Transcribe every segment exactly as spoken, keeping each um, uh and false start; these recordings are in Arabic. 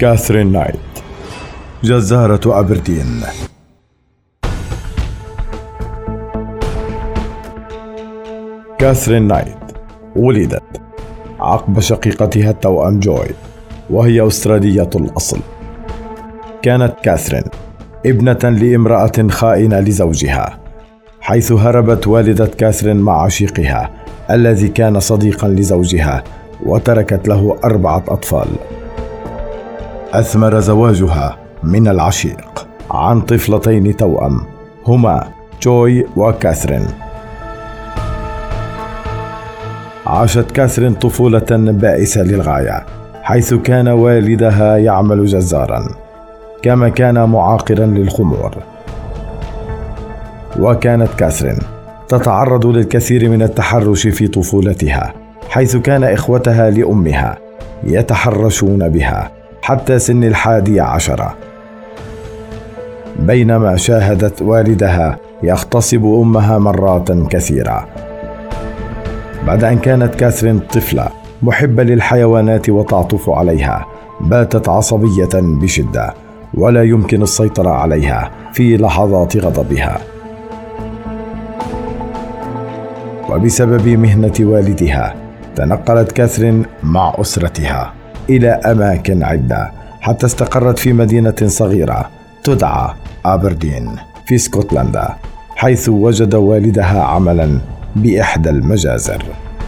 كاثرين نايت، جزارة أبردين. كاثرين نايت ولدت عقب شقيقتها التوأم جوي، وهي أسترالية الأصل. كانت كاثرين ابنة لامرأة خائنة لزوجها، حيث هربت والدة كاثرين مع عشيقها الذي كان صديقا لزوجها، وتركت له أربعة أطفال. أثمر زواجها من العشيق عن طفلتين توأم هما جوي وكاثرين. عاشت كاثرين طفولة بائسة للغاية، حيث كان والدها يعمل جزارا، كما كان معاقرا للخمور. وكانت كاثرين تتعرض للكثير من التحرش في طفولتها، حيث كان إخوتها لأمها يتحرشون بها حتى سن الحادي عشرة، بينما شاهدت والدها يغتصب أمها مرات كثيرة. بعد أن كانت كاثرين طفلة محبة للحيوانات وتعطف عليها، باتت عصبية بشدة ولا يمكن السيطرة عليها في لحظات غضبها. وبسبب مهنة والدها تنقلت كاثرين مع أسرتها إلى أماكن عدة، حتى استقرت في مدينة صغيرة تدعى أبردين في اسكتلندا، حيث وجد والدها عملا بإحدى المجازر.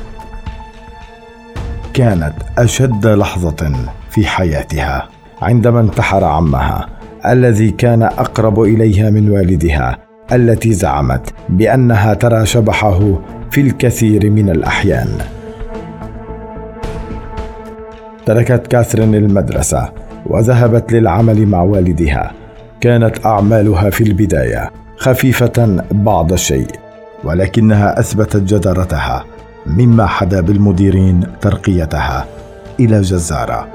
كانت أشد لحظة في حياتها عندما انتحر عمها الذي كان أقرب إليها من والدها، التي زعمت بأنها ترى شبحه في الكثير من الأحيان. تركت كاثرين المدرسة وذهبت للعمل مع والدها. كانت أعمالها في البداية خفيفة بعض الشيء، ولكنها أثبتت جدارتها، مما حدا بالمديرين ترقيتها إلى جزارة.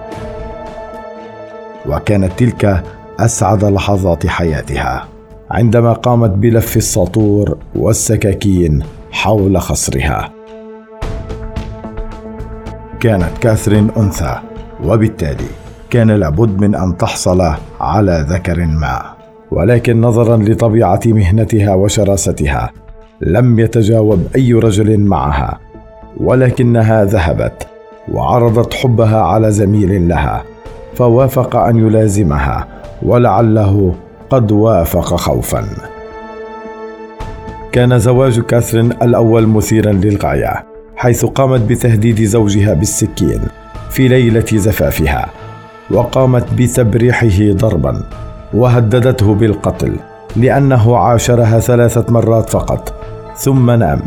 وكانت تلك أسعد لحظات حياتها عندما قامت بلف الساطور والسكاكين حول خصرها. كانت كاثرين أنثى، وبالتالي كان لابد من أن تحصل على ذكر ما، ولكن نظرا لطبيعة مهنتها وشراستها لم يتجاوب أي رجل معها، ولكنها ذهبت وعرضت حبها على زميل لها، فوافق أن يلازمها، ولعله قد وافق خوفا. كان زواج كاثرين الأول مثيرا للغاية، حيث قامت بتهديد زوجها بالسكين في ليلة زفافها، وقامت بتبريحه ضربا، وهددته بالقتل لأنه عاشرها ثلاثة مرات فقط ثم نام.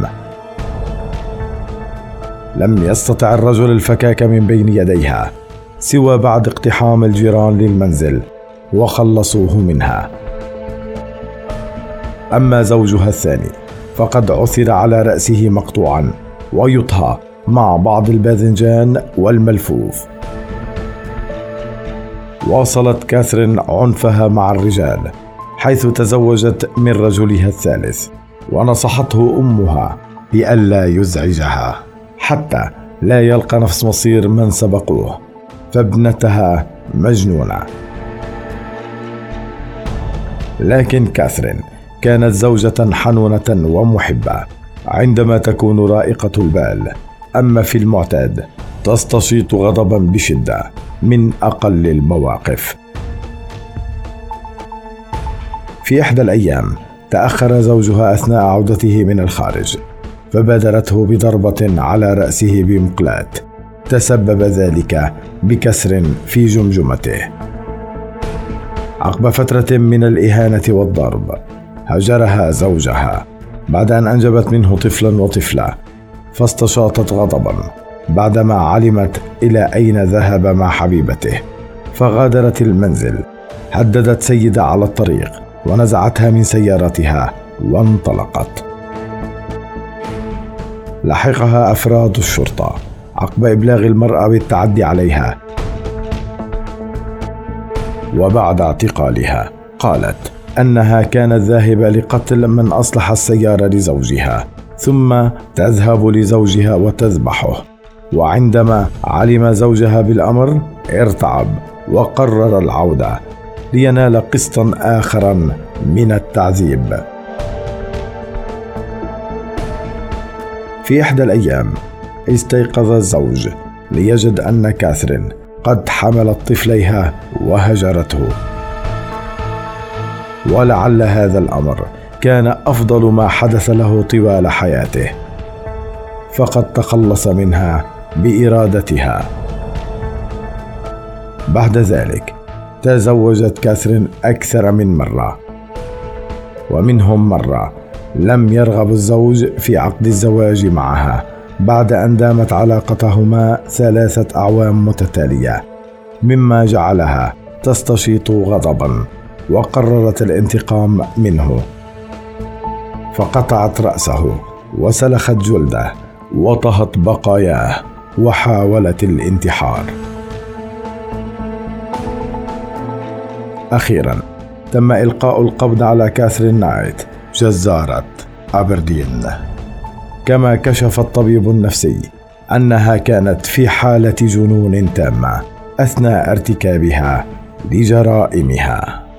لم يستطع الرجل الفكاك من بين يديها سوى بعد اقتحام الجيران للمنزل وخلصوه منها. أما زوجها الثاني فقد عثر على رأسه مقطوعا ويطهى مع بعض الباذنجان والملفوف. واصلت كاثرين عنفها مع الرجال، حيث تزوجت من رجلها الثالث، ونصحته أمها بألا يزعجها حتى لا يلقى نفس مصير من سبقوه، فابنتها مجنونة. لكن كاثرين كانت زوجة حنونة ومحبة عندما تكون رائقة البال، أما في المعتاد تستشيط غضبا بشدة من أقل المواقف. في إحدى الأيام تأخر زوجها أثناء عودته من الخارج، فبادرته بضربة على رأسه بمقلاة، تسبب ذلك بكسر في جمجمته. عقب فترة من الإهانة والضرب هجرها زوجها بعد أن أنجبت منه طفلا وطفلة، فاستشاطت غضبا بعدما علمت إلى أين ذهب مع حبيبته، فغادرت المنزل. هددت سيدة على الطريق ونزعتها من سيارتها وانطلقت. لحقها أفراد الشرطة عقب إبلاغ المرأة بالتعدي عليها، وبعد اعتقالها قالت أنها كانت ذاهبة لقتل من أصلح السيارة لزوجها، ثم تذهب لزوجها وتذبحه. وعندما علم زوجها بالأمر ارتعب وقرر العودة لينال قسطا آخرا من التعذيب. في إحدى الأيام استيقظ الزوج ليجد أن كاثرين قد حملت طفليها وهجرته، ولعل هذا الأمر كان أفضل ما حدث له طوال حياته، فقد تخلص منها بإرادتها. بعد ذلك تزوجت كاثرين أكثر من مرة، ومنهم مرة لم يرغب الزوج في عقد الزواج معها بعد أن دامت علاقتهما ثلاثة أعوام متتالية، مما جعلها تستشيط غضبا وقررت الانتقام منه، فقطعت رأسه وسلخت جلده وطهت بقاياه وحاولت الانتحار. أخيرا تم إلقاء القبض على كاثرين نايت جزارة أبردين، كما كشف الطبيب النفسي أنها كانت في حالة جنون تامة أثناء ارتكابها لجرائمها.